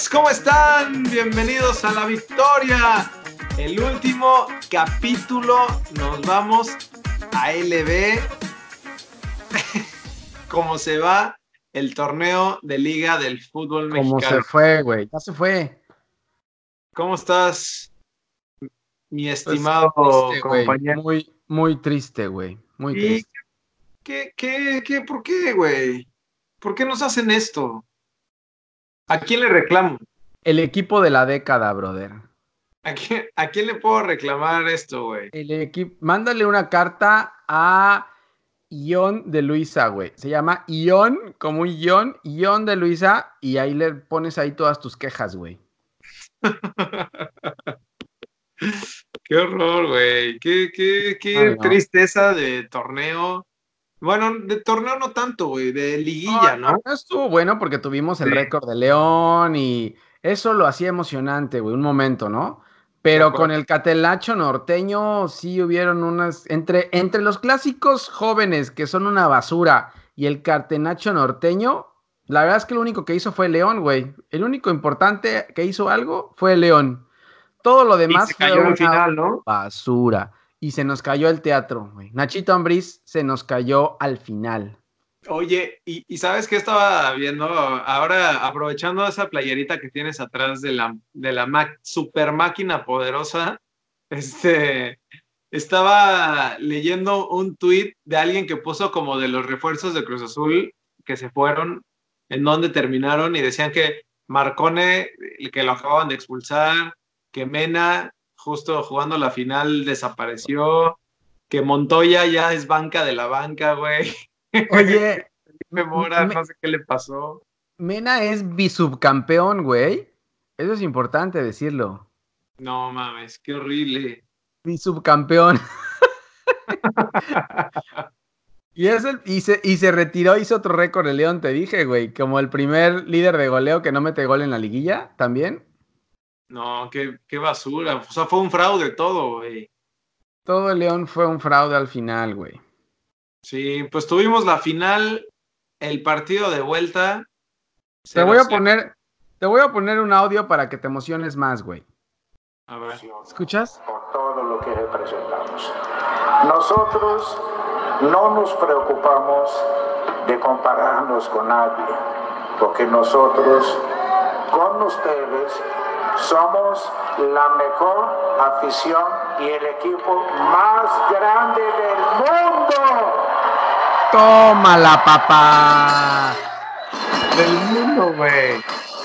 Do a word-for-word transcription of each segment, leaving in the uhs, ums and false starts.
amigos, ¿cómo están? Bienvenidos a La Victoria. El último capítulo, nos vamos a L B. ¿Cómo se va el torneo de Liga del Fútbol Mexicano? ¿Cómo se fue, güey? Ya se fue. ¿Cómo estás, mi estimado pues, triste, compañero? Muy, muy triste, güey. Muy ¿Y triste. qué, qué, qué, por qué, güey? ¿Por qué nos hacen esto? ¿A quién le reclamo? El equipo de la década, brother. ¿A quién, a quién le puedo reclamar esto, güey? El equipo, mándale una carta a Ion de Luisa, güey. Se llama Ion, como un Ion, Ion de Luisa, y ahí le pones ahí todas tus quejas, güey. Qué horror, güey. Qué, qué, qué Ay, no. tristeza de torneo. Bueno, de torneo no tanto, güey, de No, liguilla, el ¿no? torneo estuvo bueno porque tuvimos el Sí, récord de León y eso lo hacía emocionante, güey, un momento, ¿no? de Pero con acuerdo. el Catelacho norteño sí hubieron unas, entre, entre los clásicos jóvenes que son una basura y el Catenacho norteño, la verdad es que lo único que hizo fue León, güey. El único importante que hizo algo fue León. Todo lo Y se demás fue cayó al una final, ¿no? basura. Y se nos cayó el teatro, güey. Nachito Ambriz se nos cayó al final. Oye, y, y ¿sabes qué estaba viendo? Ahora, aprovechando esa playerita que tienes atrás de la, de la ma- super máquina poderosa, este, estaba leyendo un tuit de alguien que puso como de los refuerzos de Cruz Azul que se fueron, en dónde terminaron, y decían que Marcone, que lo acababan de expulsar, que Mena, justo jugando la final, desapareció, que Montoya ya es banca de la banca, güey. Oye, M- Mora, M- no sé qué le pasó. Mena es bisubcampeón, güey. Eso es importante decirlo. No mames, qué horrible. Bisubcampeón. Y, es el- y, se, y se retiró, hizo otro récord de León, te dije, güey. Como el primer líder de goleo que no mete gol en la liguilla, también. No, qué, qué basura. O sea, fue un fraude todo, güey. Todo el León fue un fraude al final, güey. Sí, pues tuvimos la final, el partido de vuelta, Te voy cero a cero. poner, te voy a poner un audio para que te emociones más, güey. A ver. ¿Escuchas? Por todo lo que representamos. Nosotros no nos preocupamos de compararnos con nadie, porque nosotros, con ustedes, somos la mejor afición y el equipo más grande del mundo. ¡Tómala, papá! Del mundo, güey.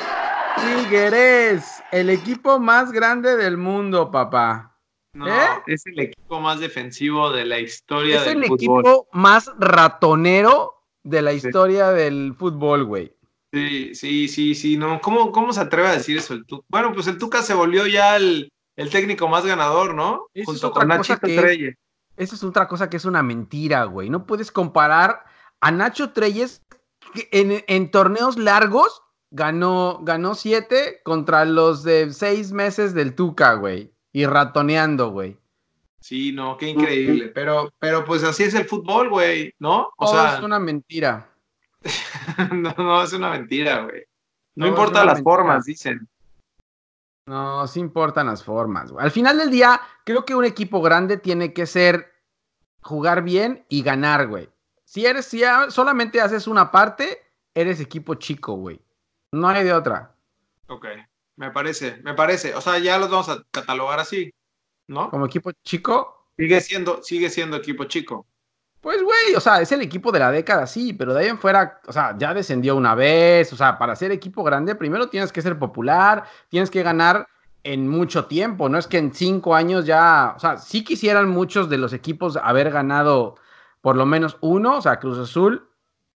Tigres, el equipo más grande del mundo, papá. ¿Eh? No, es el equipo más defensivo de la historia Es del el fútbol. equipo más ratonero de la Sí, historia del fútbol, güey. sí, sí, sí, sí, no. ¿Cómo, cómo se atreve a decir eso el Tuca? Bueno, pues el Tuca se volvió ya el, el técnico más ganador, ¿no? Esa es Junto con otra cosa Nachito que es, Treyes. esa es otra cosa que es una mentira, güey. No puedes comparar a Nacho Treyes que en, en torneos largos ganó, ganó siete contra los de seis meses del Tuca, güey. Y ratoneando, güey. Sí, no, qué increíble. Pero, pero pues así es el fútbol, güey, ¿no? O Todo es sea, una mentira. no, no, es una mentira, güey. No Todo es importa una las mentira. formas, dicen. No, sí importan las formas, güey. Al final del día, creo que un equipo grande tiene que ser jugar bien y ganar, güey. Si eres, si ha- solamente haces una parte, eres equipo chico, güey. No hay de otra. Ok, me parece, me parece. O sea, ya los vamos a catalogar así, ¿no? Como equipo chico, Sigue siendo, sigue siendo equipo chico. pues, güey, o sea, es el equipo de la década, sí, pero de ahí en fuera, o sea, ya descendió una vez. O sea, para ser equipo grande, primero tienes que ser popular, tienes que ganar en mucho tiempo. No es que en cinco años ya, o sea, sí quisieran muchos de los equipos haber ganado por lo menos uno, o sea, Cruz Azul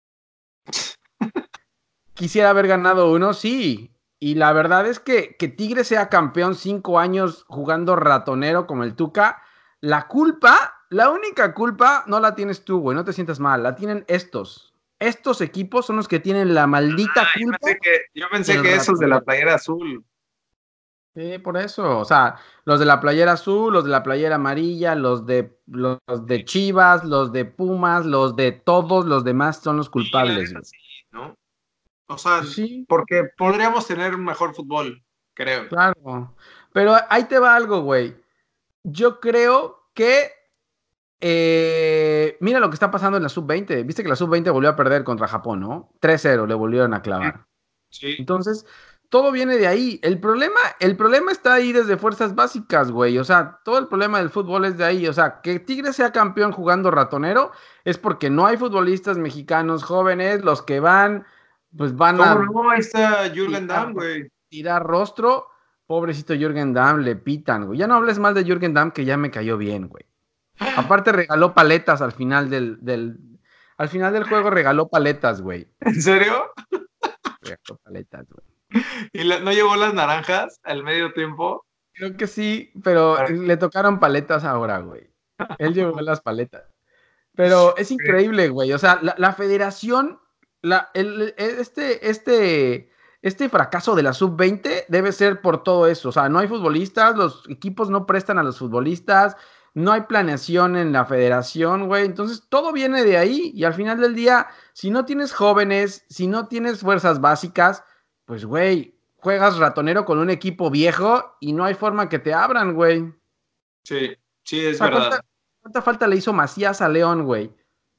quisiera haber ganado uno, sí. Y la verdad es que que Tigre sea campeón cinco años jugando ratonero como el Tuca, la culpa, la única culpa no la tienes tú, güey, no te sientas mal, la tienen estos. Estos equipos son los que tienen la maldita Ah, yo culpa pensé que, yo pensé del que esos de la ratonero. playera azul. Sí, por eso, o sea, los de la playera azul, los de la playera amarilla, los de los de Chivas, los de Pumas, los de todos los demás son los Sí, la culpables, neta güey. sí, ¿no? O sea, Sí, porque podríamos tener un mejor fútbol, creo. claro. Pero ahí te va algo, güey. Yo creo que eh, mira lo que está pasando en la sub veinte. Viste que la sub veinte volvió a perder contra Japón, ¿no? tres cero le volvieron a clavar. Sí. Entonces, todo viene de ahí. El problema, el problema está ahí desde fuerzas básicas, güey. O sea, todo el problema del fútbol es de ahí. O sea, que Tigre sea campeón jugando ratonero es porque no hay futbolistas mexicanos jóvenes. Los que van, pues van ¿Cómo a no? Ahí está Jürgen tirar, Damm, güey. tirar rostro. Pobrecito Jürgen Damm, le pitan, güey. Ya no hables mal de Jürgen Damm, que ya me cayó bien, güey. Aparte regaló paletas al final del, del, al final del juego regaló paletas, güey. ¿En serio? Regaló paletas, güey. ¿Y la- no llevó las naranjas al medio tiempo? Creo que sí, pero Ah, le tocaron paletas ahora, güey. Él llevó las paletas. Pero es increíble, güey. O sea, la, la federación, la, el, este, este, este fracaso de la sub veinte debe ser por todo eso. O sea, no hay futbolistas, los equipos no prestan a los futbolistas, no hay planeación en la federación, güey. Entonces, todo viene de ahí. Y al final del día, si no tienes jóvenes, si no tienes fuerzas básicas, pues, güey, juegas ratonero con un equipo viejo y no hay forma que te abran, güey. O Sí, sí, es sea, verdad. ¿cuánta, cuánta falta le hizo Macías a León, güey?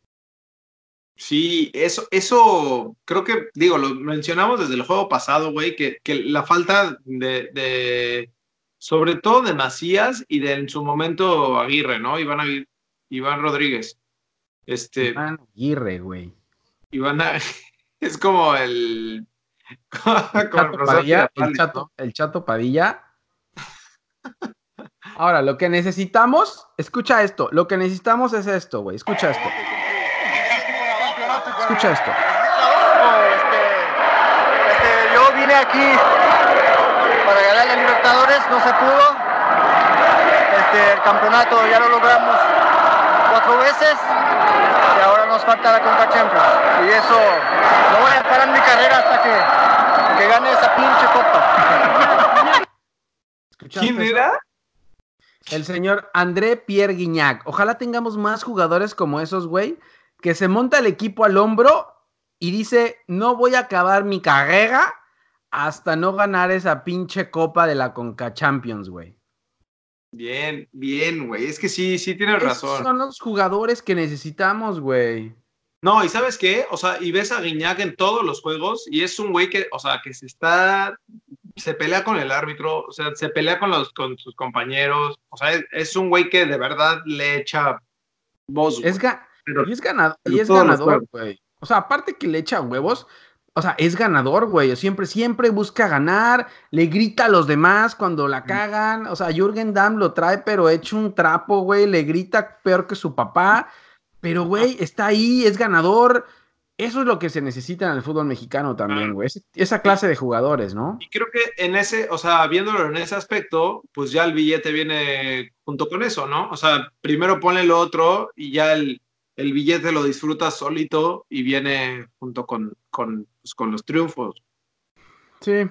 Sí, eso, eso creo que, digo, lo mencionamos desde el juego pasado, güey, que, que la falta de, de, sobre todo de Macías y de en su momento Aguirre, ¿no? Iván, Aguirre, Iván Rodríguez. Este, Iván Aguirre, güey. Iván, A- es como el, El como el Chato profesor Padilla, el Girafales, ¿no? Chato, el Chato Padilla. Ahora, lo que necesitamos, escucha esto, lo que necesitamos es esto, güey. Escucha esto. Escucha esto. Este, este, yo vine aquí para ganar la Libertadores, no se pudo. Este, el campeonato ya lo logramos cuatro veces y ahora nos falta la Conca Champions. Y eso, no voy a parar mi carrera hasta que, que gane esa pinche copa. ¿Quién era? El señor André Pierre Guignac. Ojalá tengamos más jugadores como esos, güey, que se monta el equipo al hombro y dice, no voy a acabar mi carrera hasta no ganar esa pinche copa de la Conca Champions, güey. Bien, bien, güey. Es que sí, sí tienes Esos razón. son los jugadores que necesitamos, güey. No, y ¿sabes qué? O sea, y ves a Guiñac en todos los juegos y es un güey que, o sea, que se está, se pelea con el árbitro, o sea, se pelea con los, con sus compañeros, o sea, es, es un güey que de verdad le echa voz, güey. Es ga- Pero, y es ganador, pero y es todos los ganador, juegos. güey. O sea, aparte que le echa huevos, o sea, es ganador, güey. Siempre, siempre busca ganar, le grita a los demás cuando la cagan. O sea, Jürgen Damm lo trae, pero hecho un trapo, güey. Le grita peor que su papá. Pero, güey, está ahí, es ganador. Eso es lo que se necesita en el fútbol mexicano también, güey. Es- esa clase de jugadores, ¿no? Y creo que en ese, o sea, viéndolo en ese aspecto, pues ya el billete viene junto con eso, ¿no? O sea, primero ponle lo otro y ya el, el billete lo disfrutas solito y viene junto con, con, pues, con los triunfos. Sí.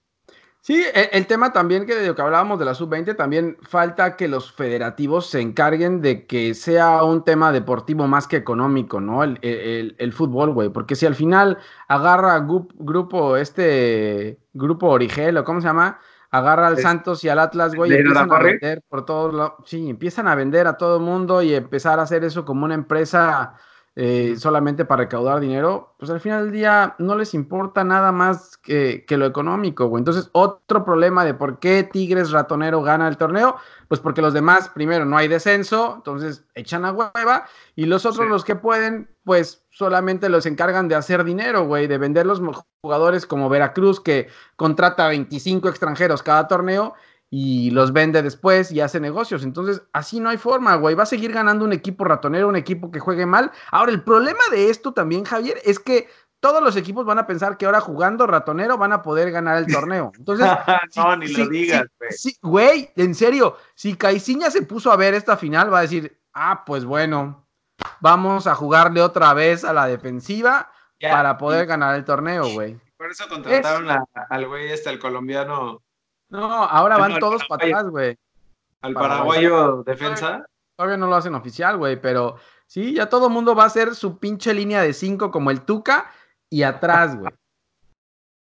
Sí, el, el tema también que de lo que hablábamos de la sub veinte, también falta que los federativos se encarguen de que sea un tema deportivo más que económico, ¿no? El, el- el fútbol, güey, porque si al final agarra grup- grupo, este grupo Origel, o cómo se llama, agarra al Es- Santos y al Atlas, güey, y ¿De empiezan a Irarrázaval? vender por todos lados, sí, empiezan a vender a todo el mundo y empezar a hacer eso como una empresa eh, solamente para recaudar dinero, pues al final del día no les importa nada más que, que lo económico, güey. Entonces, otro problema de por qué Tigres Ratonero gana el torneo, pues porque los demás, primero, no hay descenso, entonces echan a hueva, y los otros, Sí. los que pueden, pues solamente los encargan de hacer dinero, güey, de vender los jugadores como Veracruz, que contrata veinticinco extranjeros cada torneo y los vende después y hace negocios. Entonces, así no hay forma, güey. Va a seguir ganando un equipo ratonero, un equipo que juegue mal. Ahora, el problema de esto también, Javier, es que todos los equipos van a pensar que ahora jugando ratonero van a poder ganar el torneo. Entonces, si, No, ni lo si, digas, si, güey. si, güey, en serio, si Caiciña se puso a ver esta final, va a decir, ah, pues bueno, vamos a jugarle otra vez a la defensiva Ya, para poder y ganar el torneo, güey. por eso Es, contrataron a- al güey este, al colombiano, no, ahora ah, no, van al todos para paraguayo, atrás, güey. al Paraguayo. paraguayo defensa. Todavía no lo hacen oficial, güey, pero sí, ya todo el mundo va a hacer su pinche línea de cinco como el Tuca y atrás, güey.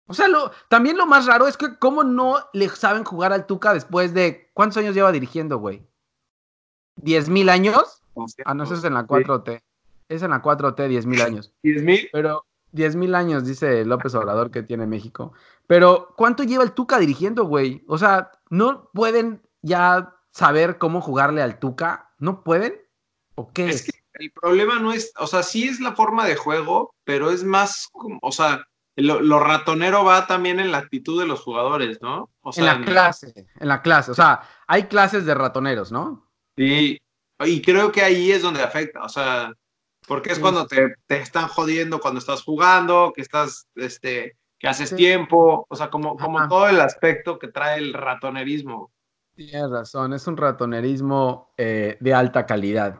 O sea, lo, también lo más raro es que cómo no le saben jugar al Tuca después de... ¿Cuántos años lleva dirigiendo, güey? ¿diez mil años? Ah, no, eso es en la cuatro T. Es en la cuatro T, diez mil años. ¿diez mil? Pero diez mil años, dice López Obrador, que tiene México. Pero, ¿cuánto lleva el Tuca dirigiendo, güey? O sea, ¿no pueden ya saber cómo jugarle al Tuca? ¿No pueden? ¿O qué Es es? que el problema no es, o sea, sí es la forma de juego, pero es más, como, o sea, lo, lo ratonero va también en la actitud de los jugadores, ¿no? O En sea, la clase, en la clase. O sea, hay clases de ratoneros, ¿no? sí, y creo que ahí es donde afecta, o sea, porque es Sí, cuando sí, sí. te, te están jodiendo cuando estás jugando, que estás, este, que haces Sí. tiempo, o sea, como, como Ajá. todo el aspecto que trae el ratonerismo. Tienes razón, es un ratonerismo eh, de alta calidad.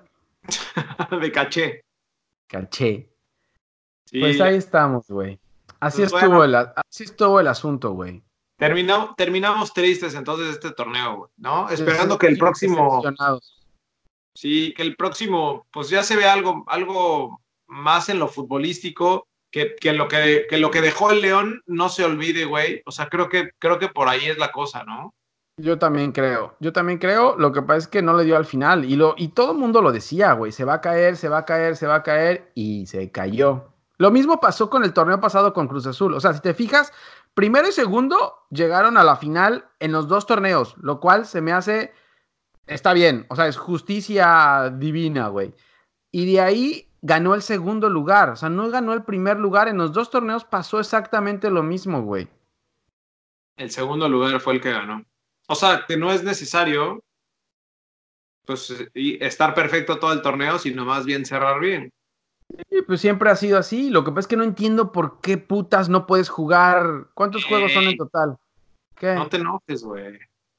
De caché. Caché. Pues Sí, ahí estamos, güey. Así pues estuvo bueno, el, a- así estuvo el asunto, güey. terminamos, terminamos tristes entonces este torneo, güey, ¿no? Esperando que el Decep- próximo, Decepcionados. sí, que el próximo, pues ya se ve algo, algo más en lo futbolístico, que, que lo que, que lo que dejó el León no se olvide, güey. O sea, creo que, creo que por ahí es la cosa, ¿no? Yo también creo, yo también creo, lo que pasa es que no le dio al final y, lo, y todo el mundo lo decía, güey, se va a caer, se va a caer, se va a caer y se cayó. Lo mismo pasó con el torneo pasado con Cruz Azul, o sea, si te fijas, primero y segundo llegaron a la final en los dos torneos, lo cual se me hace, está bien, o sea, es justicia divina, güey. Y de ahí ganó el segundo lugar, o sea, no ganó el primer lugar, en los dos torneos pasó exactamente lo mismo, güey. El segundo lugar fue el que ganó. O sea, que no es necesario, pues, y estar perfecto todo el torneo, sino más bien cerrar bien. Sí, pues siempre ha sido así. Lo que pasa es que no entiendo por qué putas no puedes jugar. ¿Cuántos juegos son en Ey, total? no ¿Qué? te enojes, güey.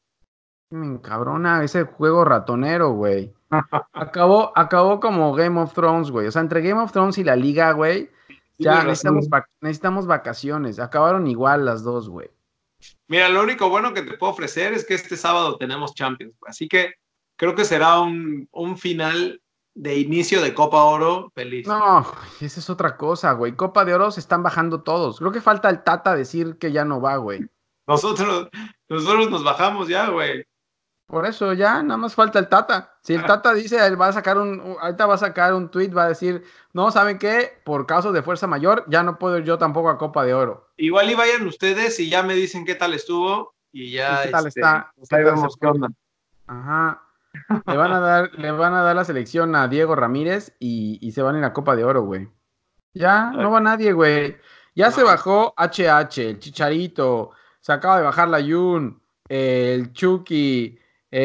Me encabrona ese juego ratonero, güey. Acabó, acabó como Game of Thrones, güey. O sea, entre Game of Thrones y la liga, güey, Tienes ya necesitamos, razón. vac- necesitamos vacaciones. Acabaron igual las dos, güey. Mira, lo único bueno que te puedo ofrecer es que este sábado tenemos Champions, güey. Así que creo que será un, un final de inicio de Copa Oro feliz. No, esa es otra cosa, güey. Copa de Oro se están bajando todos. Creo que falta el Tata decir que ya no va, güey. Nosotros, nosotros nos bajamos ya, güey. Por eso ya, nada más falta el Tata. Si el Tata dice, él va a sacar un, un- ahorita va a sacar un tweet, va a decir, no, ¿saben qué? Por casos de fuerza mayor, ya no puedo ir yo tampoco a Copa de Oro. Igual y vayan ustedes y ya me dicen qué tal estuvo y ¿Y ya, qué tal este, está? pues ¿Qué ahí tal se vemos qué pone? onda. Ajá. Le van a dar, le van a dar la selección a Diego Ramírez y, y se van a ir a Copa de Oro, güey. Ya, Ay, no va nadie, güey. Ya se no. bajó H H, el Chicharito, se acaba de bajar la Yun, el Chucky,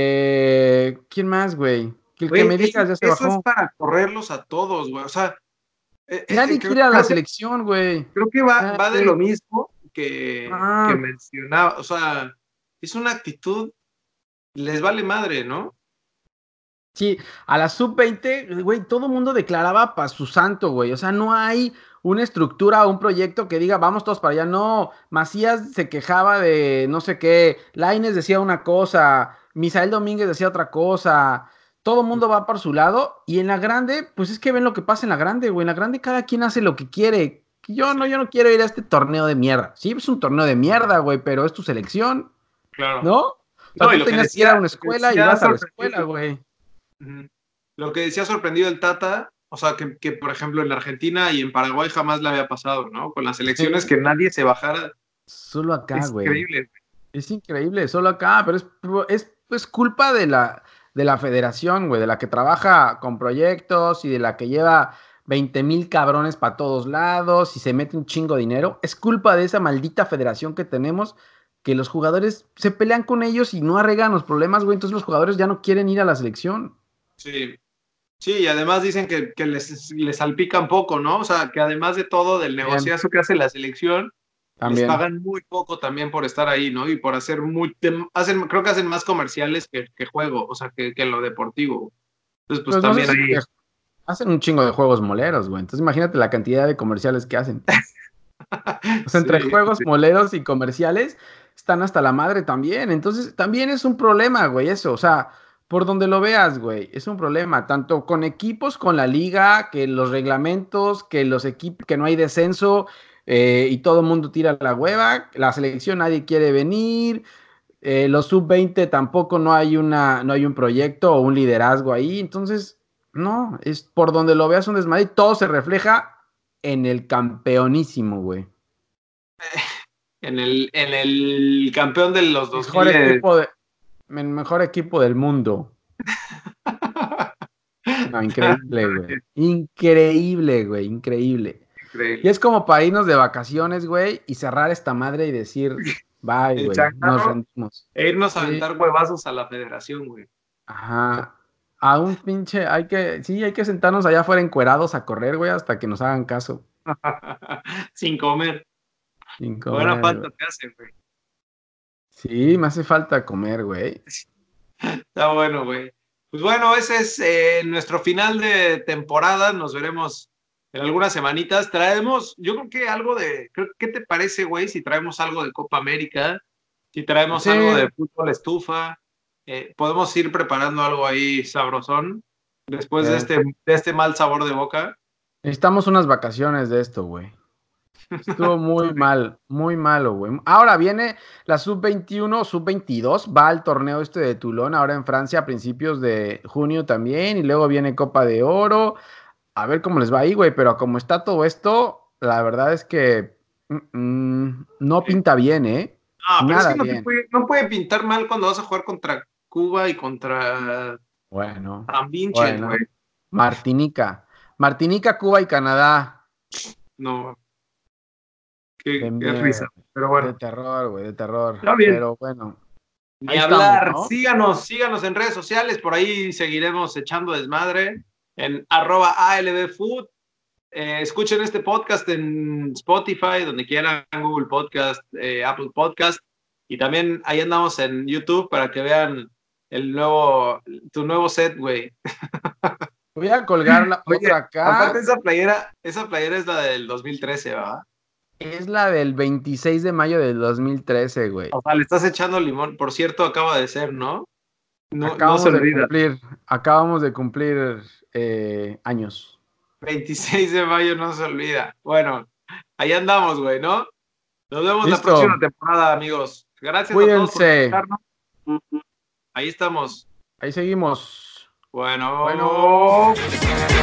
eh, ¿quién más, güey? Que el que Güey, me eso, digas ya se eso es bajó. para correrlos a todos, güey. O sea, eh, eh, eh, Nadie creo, quiere a la creo que, selección, güey. creo que va, va de Nadie. lo mismo que, que Ah, mencionaba. O sea, es una actitud, les vale madre, ¿no? sí, a la sub veinte, güey, todo el mundo declaraba para su santo, güey. O sea, no hay una estructura o un proyecto que diga, vamos todos para allá. No, Macías se quejaba de no sé qué, Lainez decía una cosa, Misael Domínguez decía otra cosa. Todo el mundo va por su lado y en la grande, pues es que ven lo que pasa en la grande, güey. En la grande cada quien hace lo que quiere. Yo Sí, no, yo no quiero ir a este torneo de mierda. Sí, es un torneo de mierda, güey, pero es tu selección, claro. ¿no? O sea, No, y tú lo que tenías que ir decía, a una lo que escuela y decía vas a la sorprendido, escuela, güey. ujú, lo que decía sorprendido el Tata, o sea, que, que, por ejemplo en la Argentina y en Paraguay jamás le había pasado, ¿no? Con las elecciones Sí. que nadie se bajara, Solo acá, es güey. increíble. Es increíble, solo acá, pero es, es, es culpa de la, de la federación, güey, de la que trabaja con proyectos y de la que lleva veinte mil cabrones para todos lados y se mete un chingo de dinero. Es culpa de esa maldita federación que tenemos, que los jugadores se pelean con ellos y no arreglan los problemas, güey. Entonces los jugadores ya no quieren ir a la selección. Sí, sí, y además dicen que, que les, les salpican poco, ¿no? O sea, que además de todo del Bien, negociazo que hace la selección, les también. pagan muy poco también por estar ahí, ¿no? Y por hacer muy, hacen, creo que hacen más comerciales que, que juego, o sea, que, que lo deportivo. Entonces, pues Pues no sé también si ahí. hacen un chingo de juegos moleros, güey. Entonces imagínate la cantidad de comerciales que hacen. O sea, entre Sí, juegos sí, moleros y comerciales están hasta la madre también. Entonces, también es un problema, güey, eso. O sea, por donde lo veas, güey, es un problema. Tanto con equipos, con la liga, que los reglamentos, que los equipos, que no hay descenso. eh, y todo el mundo tira la hueva, la selección nadie quiere venir, eh, los sub veinte tampoco no hay, una, no hay un proyecto o un liderazgo ahí, entonces, no, es por donde lo veas un desmadre y todo se refleja en el campeonísimo, güey. En el, en el campeón de los dos mil. Mejor equipo, de, el mejor equipo del mundo. No, increíble, güey. Increíble, güey, increíble. Increíble. Y es como para irnos de vacaciones, güey, y cerrar esta madre y decir, bye, güey, nos rendimos. E irnos a Sí. aventar huevazos a la federación, güey. Ajá. A un pinche, hay que, sí, hay que sentarnos allá afuera encuerados a correr, güey, hasta que nos hagan caso. Sin comer. Sin comer, Buena falta güey. te hace, güey. Sí, me hace falta comer, güey. Está bueno, güey. Pues bueno, ese es eh, nuestro final de temporada. Nos veremos en algunas semanitas. Traemos, yo creo que algo de, creo- ¿qué te parece, güey? Si traemos algo de Copa América, si traemos Sí. algo de fútbol estufa, eh, podemos ir preparando algo ahí sabrosón después de Eh. este, de este mal sabor de boca. Necesitamos unas vacaciones de esto, güey. Estuvo muy mal, muy malo, güey. Ahora viene la sub veintiuno, sub veintidós, va al torneo este de Toulon, ahora en Francia a principios de junio también, y luego viene Copa de Oro. A ver cómo les va ahí, güey, pero como está todo esto, la verdad es que mm, mm, no pinta bien, ¿eh? Ah, pero es Nada que no, te bien. puede, no puede pintar mal cuando vas a jugar contra Cuba y contra Bueno, San Vincent, bueno. güey. Martinica. Martinica, Cuba y Canadá. No. Qué, De, qué de- risa. Pero de bueno, terror, güey, de terror. Está bien. Pero bueno. ni Ahí hablar. estamos, ¿no? Síganos, síganos en redes sociales. Por ahí seguiremos echando desmadre en arroba ALBFood. Eh, escuchen este podcast en Spotify, donde quieran, Google Podcast, eh, Apple Podcast. Y también ahí andamos en YouTube para que vean el nuevo, tu nuevo set, güey. Voy a colgar la Oye, otra acá. aparte esa playera, esa playera es la del dos mil trece, ¿verdad? Es la del veintiséis de mayo del dos mil trece, güey. O sea, le estás echando limón. Por cierto, acaba de ser, ¿no? No, no Acabamos se de olvida. cumplir, acabamos de cumplir eh, años. veintiséis de mayo no se olvida. Bueno, ahí andamos, güey, ¿no? Nos vemos la Listo. próxima temporada, amigos. Gracias a todos por Cuídense. escucharnos. Ahí estamos. Ahí seguimos. Bueno. Bueno.